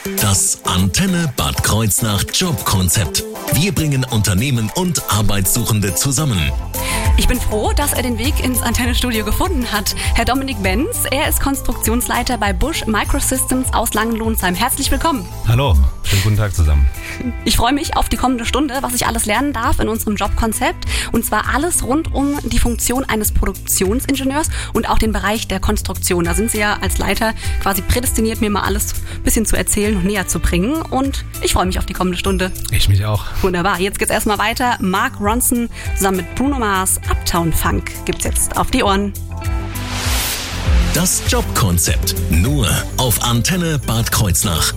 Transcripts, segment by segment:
Das Antenne Bad Kreuznach Jobkonzept. Wir bringen Unternehmen und Arbeitssuchende zusammen. Ich bin froh, dass er den Weg ins Antenne-Studio gefunden hat. Herr Dominik Benz, er ist Konstruktionsleiter bei Busch Microsystems aus Langenlohnsheim. Herzlich willkommen. Hallo, schönen guten Tag zusammen. Ich freue mich auf die kommende Stunde, was ich alles lernen darf in unserem Jobkonzept. Und zwar alles rund um die Funktion eines Produktionsingenieurs und auch den Bereich der Konstruktion. Da sind Sie ja als Leiter quasi prädestiniert, mir mal alles ein bisschen zu erzählen und näher zu bringen. Und ich freue mich auf die kommende Stunde. Ich mich auch. Wunderbar, jetzt geht's erstmal weiter. Mark Ronson zusammen mit Bruno Mars, Uptown Funk gibt's jetzt auf die Ohren. Das Jobkonzept nur auf Antenne Bad Kreuznach.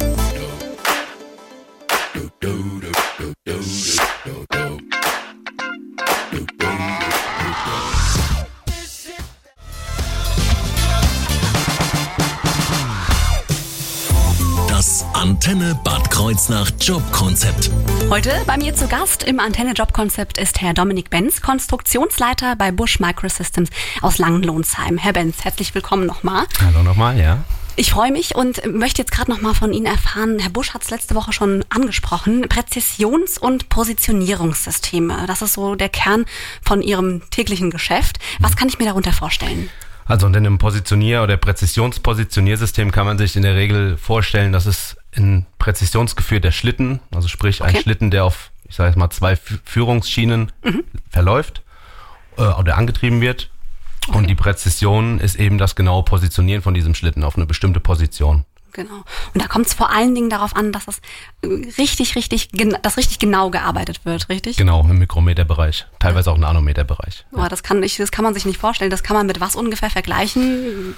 Das Antenne Bad Kreuznach Jobkonzept. Heute bei mir zu Gast im Antenne Jobkonzept ist Herr Dominik Benz, Konstruktionsleiter bei Busch Microsystems aus Langenlohnsheim. Herr Benz, herzlich willkommen nochmal. Hallo nochmal, ja. Ich freue mich und möchte jetzt gerade nochmal von Ihnen erfahren, Herr Busch hat es letzte Woche schon angesprochen, Präzisions- und Positionierungssysteme. Das ist so der Kern von Ihrem täglichen Geschäft. Was kann ich mir darunter vorstellen? Also unter einem Positionier- oder Präzisionspositioniersystem kann man sich in der Regel vorstellen, dass es ein präzisionsgeführter Schlitten, also sprich ein Schlitten, der auf, ich sage jetzt mal, 2 Führungsschienen verläuft oder angetrieben wird. Okay. Und die Präzision ist eben das genaue Positionieren von diesem Schlitten auf eine bestimmte Position. Genau. Und da kommt es vor allen Dingen darauf an, dass das richtig genau gearbeitet wird, richtig? Genau, im Mikrometerbereich, teilweise auch im Nanometerbereich. Oh, das kann man sich nicht vorstellen. Das kann man mit was ungefähr vergleichen?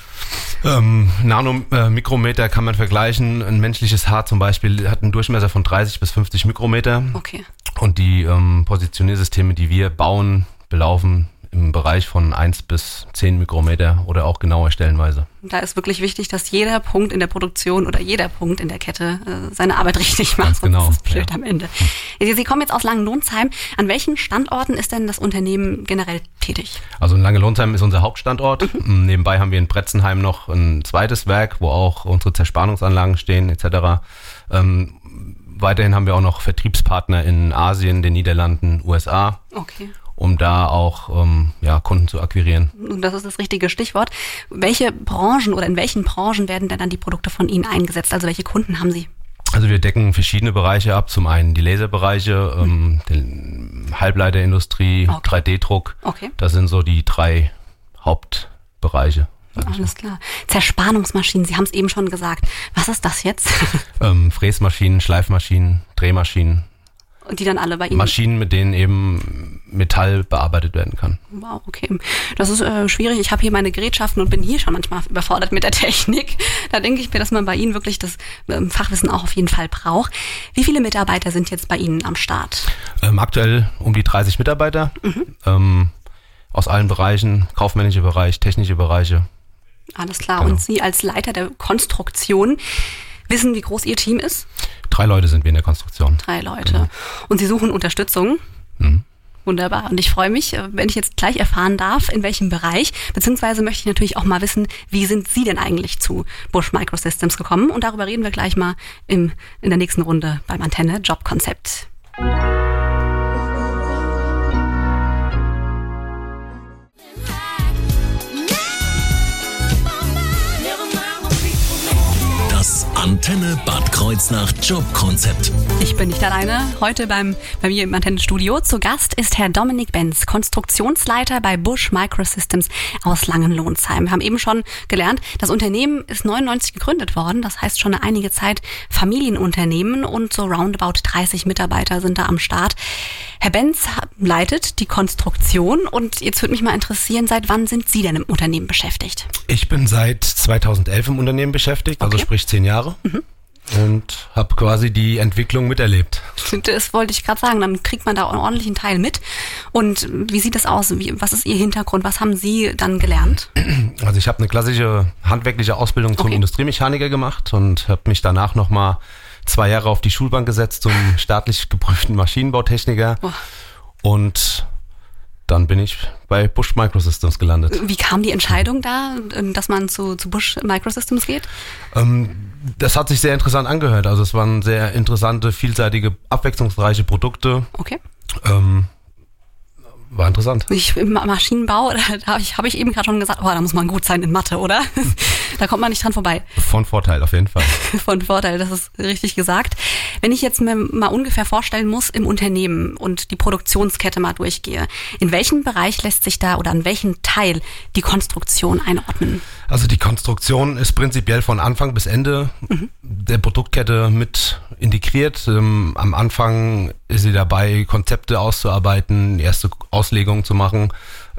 Mikrometer kann man vergleichen. Ein menschliches Haar zum Beispiel hat einen Durchmesser von 30 bis 50 Mikrometer. Okay. Und die Positioniersysteme, die wir bauen, belaufen im Bereich von 1 bis 10 Mikrometer oder auch genauer stellenweise. Da ist wirklich wichtig, dass jeder Punkt in der Produktion oder jeder Punkt in der Kette seine Arbeit richtig macht. Ganz genau. Das ist blöd am Ende. Sie kommen jetzt aus Langenlohnsheim. An welchen Standorten ist denn das Unternehmen generell tätig? Also in Langenlohnsheim ist unser Hauptstandort. Nebenbei haben wir in Bretzenheim noch ein zweites Werk, wo auch unsere Zerspannungsanlagen stehen etc. Weiterhin haben wir auch noch Vertriebspartner in Asien, den Niederlanden, USA. Okay. Um da auch Kunden zu akquirieren. Und das ist das richtige Stichwort. Welche Branchen oder in welchen Branchen werden denn dann die Produkte von Ihnen eingesetzt? Also welche Kunden haben Sie? Also wir decken verschiedene Bereiche ab. Zum einen die Laserbereiche, die Halbleiterindustrie, 3D-Druck. Okay. Das sind so die 3 Hauptbereiche. Alles klar. Zerspannungsmaschinen, Sie haben es eben schon gesagt. Was ist das jetzt? Fräsmaschinen, Schleifmaschinen, Drehmaschinen. Und die dann alle bei Ihnen? Maschinen, mit denen eben Metall bearbeitet werden kann. Wow, okay. Das ist schwierig. Ich habe hier meine Gerätschaften und bin hier schon manchmal überfordert mit der Technik. Da denke ich mir, dass man bei Ihnen wirklich das Fachwissen auch auf jeden Fall braucht. Wie viele Mitarbeiter sind jetzt bei Ihnen am Start? Aktuell um die 30 Mitarbeiter. Aus allen Bereichen, kaufmännische Bereich, technische Bereiche. Alles klar. Genau. Und Sie als Leiter der Konstruktion wissen, wie groß Ihr Team ist? 3 Leute sind wir in der Konstruktion. 3 Leute. Und Sie suchen Unterstützung? Wunderbar. Und ich freue mich, wenn ich jetzt gleich erfahren darf, in welchem Bereich, beziehungsweise möchte ich natürlich auch mal wissen, wie sind Sie denn eigentlich zu Busch Microsystems gekommen? Und darüber reden wir gleich mal in der nächsten Runde beim Antenne Jobkonzept. Das Antenne Bad Kreuznach Jobkonzept. Ich bin nicht alleine. Heute bei mir im Antennenstudio zu Gast ist Herr Dominik Benz, Konstruktionsleiter bei Busch Microsystems aus Langenlohnsheim. Wir haben eben schon gelernt, das Unternehmen ist 99 gegründet worden. Das heißt schon eine einige Zeit Familienunternehmen und so roundabout 30 Mitarbeiter sind da am Start. Herr Benz leitet die Konstruktion und jetzt würde mich mal interessieren, seit wann sind Sie denn im Unternehmen beschäftigt? Ich bin seit 2011 im Unternehmen beschäftigt, also sprich 10 Jahre. Und habe quasi die Entwicklung miterlebt. Das wollte ich gerade sagen, dann kriegt man da einen ordentlichen Teil mit. Und wie sieht das aus? Was ist Ihr Hintergrund? Was haben Sie dann gelernt? Also ich habe eine klassische handwerkliche Ausbildung zum Industriemechaniker gemacht und habe mich danach nochmal 2 Jahre auf die Schulbank gesetzt zum staatlich geprüften Maschinenbautechniker. Und dann bin ich bei Bush Microsystems gelandet. Wie kam die Entscheidung da, dass man zu Bush Microsystems geht? Das hat sich sehr interessant angehört. Also es waren sehr interessante, vielseitige, abwechslungsreiche Produkte. Okay. War interessant. Im Maschinenbau, da habe ich eben gerade schon gesagt, da muss man gut sein in Mathe, oder? Da kommt man nicht dran vorbei. Von Vorteil, auf jeden Fall. Von Vorteil, das ist richtig gesagt. Wenn ich jetzt mir mal ungefähr vorstellen muss im Unternehmen und die Produktionskette mal durchgehe, in welchem Bereich lässt sich da oder an welchem Teil die Konstruktion einordnen? Also die Konstruktion ist prinzipiell von Anfang bis Ende der Produktkette mit integriert. Am Anfang ist sie dabei, Konzepte auszuarbeiten, erste Auslegungen zu machen.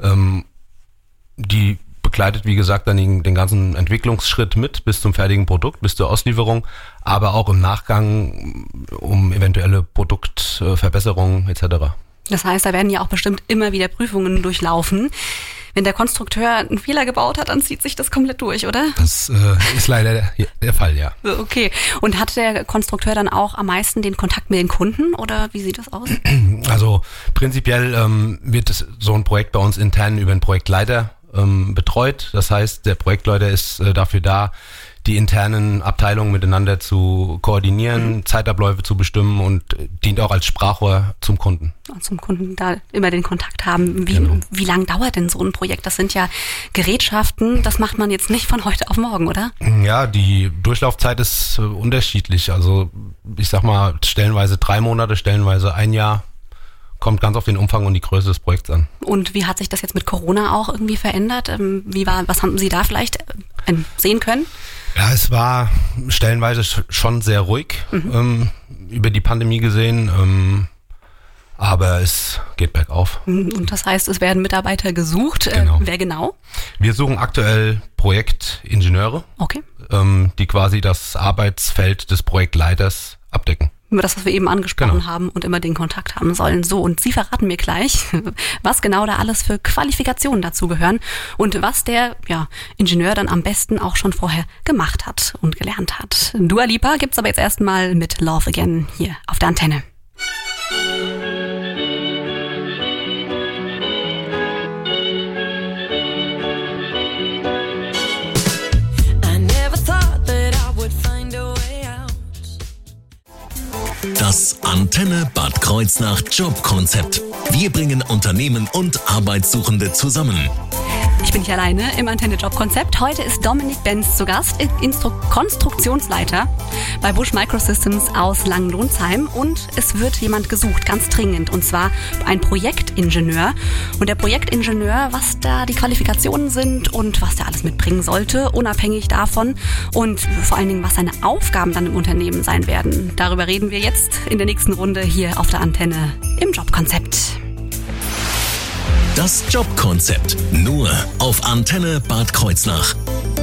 Die begleitet, wie gesagt, dann den ganzen Entwicklungsschritt mit bis zum fertigen Produkt, bis zur Auslieferung, aber auch im Nachgang um eventuelle Produktverbesserungen etc. Das heißt, da werden ja auch bestimmt immer wieder Prüfungen durchlaufen. Wenn der Konstrukteur einen Fehler gebaut hat, dann zieht sich das komplett durch, oder? Das ist leider der Fall, ja. Okay. Und hat der Konstrukteur dann auch am meisten den Kontakt mit den Kunden oder wie sieht das aus? Also prinzipiell wird so ein Projekt bei uns intern über einen Projektleiter betreut. Das heißt, der Projektleiter ist dafür da, die internen Abteilungen miteinander zu koordinieren, Zeitabläufe zu bestimmen und dient auch als Sprachrohr zum Kunden. Zum Kunden da immer den Kontakt haben. Wie lang dauert denn so ein Projekt? Das sind ja Gerätschaften, das macht man jetzt nicht von heute auf morgen, oder? Ja, die Durchlaufzeit ist unterschiedlich. Also ich sag mal, stellenweise 3 Monate, stellenweise 1 Jahr. Kommt ganz auf den Umfang und die Größe des Projekts an. Und wie hat sich das jetzt mit Corona auch irgendwie verändert? Was haben Sie da vielleicht sehen können? Ja, es war stellenweise schon sehr ruhig über die Pandemie gesehen, aber es geht bergauf. Und das heißt, es werden Mitarbeiter gesucht. Genau. Wer genau? Wir suchen aktuell Projektingenieure, okay, die quasi das Arbeitsfeld des Projektleiters abdecken. Das, was wir eben angesprochen haben und immer den Kontakt haben sollen. So, und Sie verraten mir gleich, was genau da alles für Qualifikationen dazugehören und was der Ingenieur dann am besten auch schon vorher gemacht hat und gelernt hat. Dua Lipa gibt's aber jetzt erstmal mit Love Again hier auf der Antenne. Das Antenne Bad Kreuznach Jobkonzept. Wir bringen Unternehmen und Arbeitssuchende zusammen. Ich bin nicht alleine im Antenne Jobkonzept. Heute ist Dominic Benz zu Gast, Konstruktionsleiter bei Bush Microsystems aus Langenlonsheim. Und es wird jemand gesucht, ganz dringend, und zwar ein Projektingenieur. Und der Projektingenieur, was da die Qualifikationen sind und was der alles mitbringen sollte, unabhängig davon. Und vor allen Dingen, was seine Aufgaben dann im Unternehmen sein werden. Darüber reden wir jetzt in der nächsten Runde hier auf der Antenne im Jobkonzept. Das Jobkonzept nur auf Antenne Bad Kreuznach.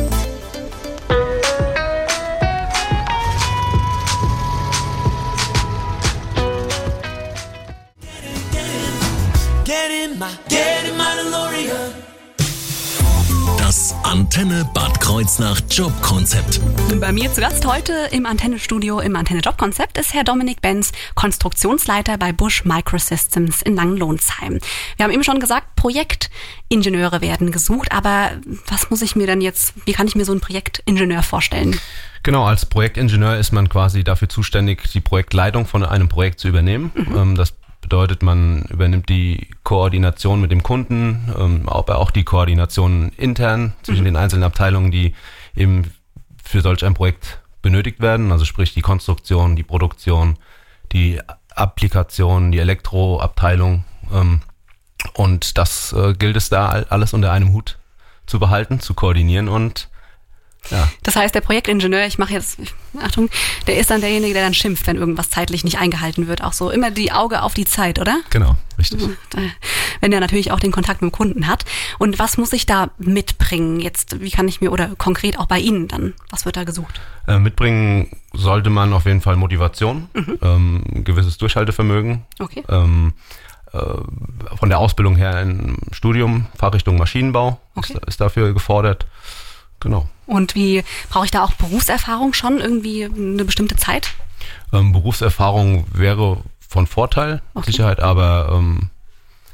Das Antenne Bad Kreuznach Jobkonzept. Bei mir zu Gast heute im Antennestudio im Antenne Jobkonzept ist Herr Dominic Benz, Konstruktionsleiter bei Bush Microsystems in Langenlonsheim. Wir haben eben schon gesagt, Projektingenieure werden gesucht, aber was muss ich mir denn jetzt, wie kann ich mir so einen Projektingenieur vorstellen? Genau, als Projektingenieur ist man quasi dafür zuständig, die Projektleitung von einem Projekt zu übernehmen. Das bedeutet, man übernimmt die Koordination mit dem Kunden, aber auch die Koordination intern zwischen den einzelnen Abteilungen, die eben für solch ein Projekt benötigt werden. Also sprich die Konstruktion, die Produktion, die Applikation, die Elektroabteilung. Und das gilt es da alles unter einem Hut zu behalten, zu koordinieren und ja. Das heißt, der Projektingenieur, Achtung, der ist dann derjenige, der dann schimpft, wenn irgendwas zeitlich nicht eingehalten wird. Auch so immer die Auge auf die Zeit, oder? Genau, richtig. Wenn er natürlich auch den Kontakt mit dem Kunden hat. Und was muss ich da mitbringen jetzt? Wie kann ich mir, oder konkret auch bei Ihnen dann, was wird da gesucht? Mitbringen sollte man auf jeden Fall Motivation, ein gewisses Durchhaltevermögen. Okay. Von der Ausbildung her ein Studium, Fachrichtung Maschinenbau, okay, ist dafür gefordert. Genau. Und wie brauche ich da auch Berufserfahrung schon, irgendwie eine bestimmte Zeit? Berufserfahrung wäre von Vorteil, mit Sicherheit, aber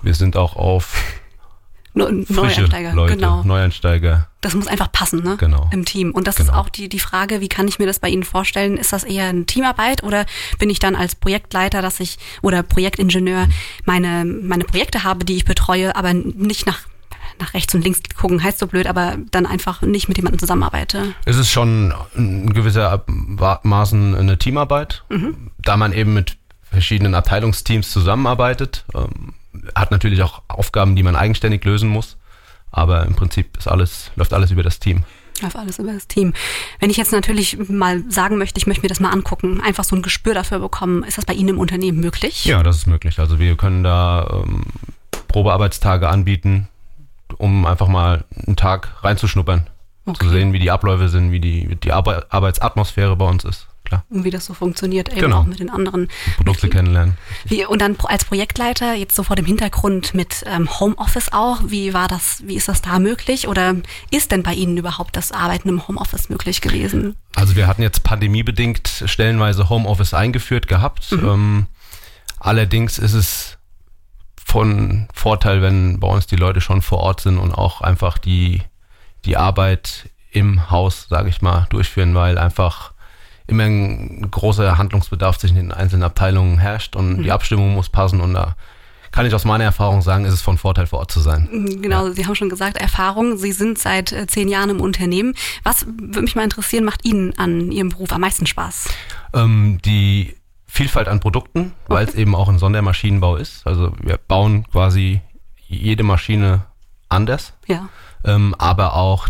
Wir sind auch auf Neueinsteiger, Leute, genau. Neueinsteiger. Das muss einfach passen, ne? Genau. Im Team. Und das ist auch die Frage, wie kann ich mir das bei Ihnen vorstellen? Ist das eher eine Teamarbeit oder bin ich dann als Projektleiter, oder Projektingenieur meine Projekte habe, die ich betreue, aber nicht nach rechts und links gucken, heißt so blöd, aber dann einfach nicht mit jemandem zusammenarbeite? Es ist schon in gewisser Maßen eine Teamarbeit, da man eben mit verschiedenen Abteilungsteams zusammenarbeitet. Hat natürlich auch Aufgaben, die man eigenständig lösen muss, aber im Prinzip läuft alles über das Team. Läuft alles über das Team. Wenn ich jetzt natürlich mal sagen möchte, ich möchte mir das mal angucken, einfach so ein Gespür dafür bekommen, ist das bei Ihnen im Unternehmen möglich? Ja, das ist möglich. Also wir können da Probearbeitstage anbieten, um einfach mal einen Tag reinzuschnuppern, zu sehen, wie die Abläufe sind, wie die Arbeitsatmosphäre bei uns ist. Klar. Und wie das so funktioniert, eben auch mit den anderen Produkte kennenlernen. Und dann als Projektleiter, jetzt so vor dem Hintergrund mit Homeoffice auch, wie ist das da möglich? Oder ist denn bei Ihnen überhaupt das Arbeiten im Homeoffice möglich gewesen? Also wir hatten jetzt pandemiebedingt stellenweise Homeoffice eingeführt gehabt. Allerdings ist es von Vorteil, wenn bei uns die Leute schon vor Ort sind und auch einfach die Arbeit im Haus, sage ich mal, durchführen, weil einfach immer ein großer Handlungsbedarf zwischen den einzelnen Abteilungen herrscht und die Abstimmung muss passen und da kann ich aus meiner Erfahrung sagen, ist es von Vorteil, vor Ort zu sein. Genau, Sie haben schon gesagt, Erfahrung. Sie sind seit 10 Jahren im Unternehmen. Was, würde mich mal interessieren, macht Ihnen an Ihrem Beruf am meisten Spaß? Die Vielfalt an Produkten, weil es eben auch ein Sondermaschinenbau ist. Also wir bauen quasi jede Maschine anders. Ja. Aber auch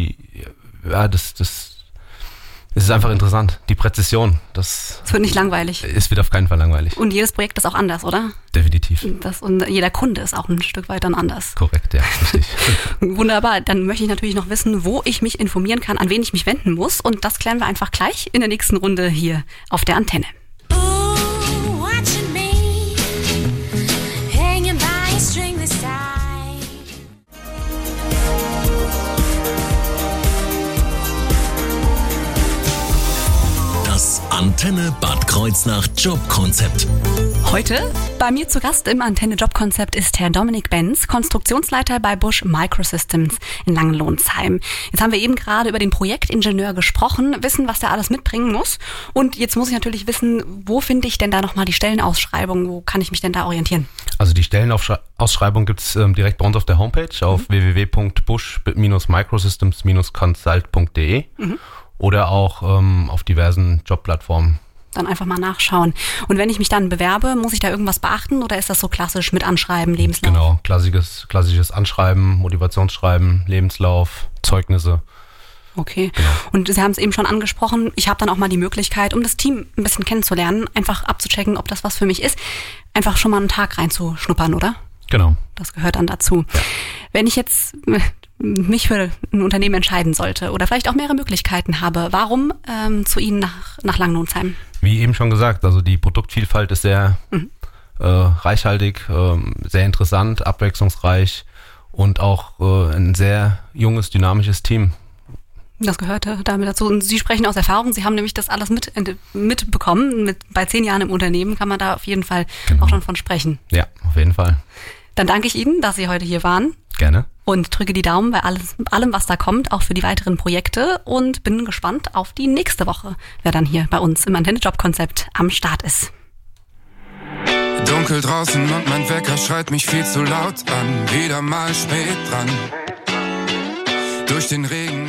es ist einfach interessant. Die Präzision. Es wird nicht langweilig. Es wird auf keinen Fall langweilig. Und jedes Projekt ist auch anders, oder? Definitiv. Und jeder Kunde ist auch ein Stück weit dann anders. Korrekt, ja, richtig. Wunderbar. Dann möchte ich natürlich noch wissen, wo ich mich informieren kann, an wen ich mich wenden muss. Und das klären wir einfach gleich in der nächsten Runde hier auf der Antenne. Das Antenne Bad Kreuznach Jobkonzept. Heute bei mir zu Gast im Antenne Jobkonzept ist Herr Dominik Benz, Konstruktionsleiter bei Busch Microsystems in Langenlohnsheim. Jetzt haben wir eben gerade über den Projektingenieur gesprochen, wissen, was der alles mitbringen muss. Und jetzt muss ich natürlich wissen, wo finde ich denn da nochmal die Stellenausschreibung? Wo kann ich mich denn da orientieren? Also die Stellenausschreibung gibt es direkt bei uns auf der Homepage auf www.busch-microsystems-consult.de oder auch auf diversen Jobplattformen. Dann einfach mal nachschauen. Und wenn ich mich dann bewerbe, muss ich da irgendwas beachten oder ist das so klassisch mit Anschreiben, Lebenslauf? Genau, klassisches Anschreiben, Motivationsschreiben, Lebenslauf, Zeugnisse. Okay. Genau. Und Sie haben es eben schon angesprochen, ich habe dann auch mal die Möglichkeit, um das Team ein bisschen kennenzulernen, einfach abzuchecken, ob das was für mich ist, einfach schon mal einen Tag reinzuschnuppern, oder? Genau. Das gehört dann dazu. Ja. Wenn ich jetzt mich für ein Unternehmen entscheiden sollte oder vielleicht auch mehrere Möglichkeiten habe, warum zu Ihnen nach Langenlohnsheim? Wie eben schon gesagt, also die Produktvielfalt ist sehr reichhaltig, sehr interessant, abwechslungsreich und auch ein sehr junges, dynamisches Team. Das gehörte damit dazu. Und Sie sprechen aus Erfahrung. Sie haben nämlich das alles mitbekommen. Bei 10 Jahren im Unternehmen kann man da auf jeden Fall auch schon von sprechen. Ja, auf jeden Fall. Dann danke ich Ihnen, dass Sie heute hier waren. Gerne. Und drücke die Daumen bei allem, was da kommt, auch für die weiteren Projekte. Und bin gespannt auf die nächste Woche, wer dann hier bei uns im Antenne Jobkonzept am Start ist. Dunkel draußen und mein Wecker schreit mich viel zu laut an. Wieder mal spät dran. Durch den Regen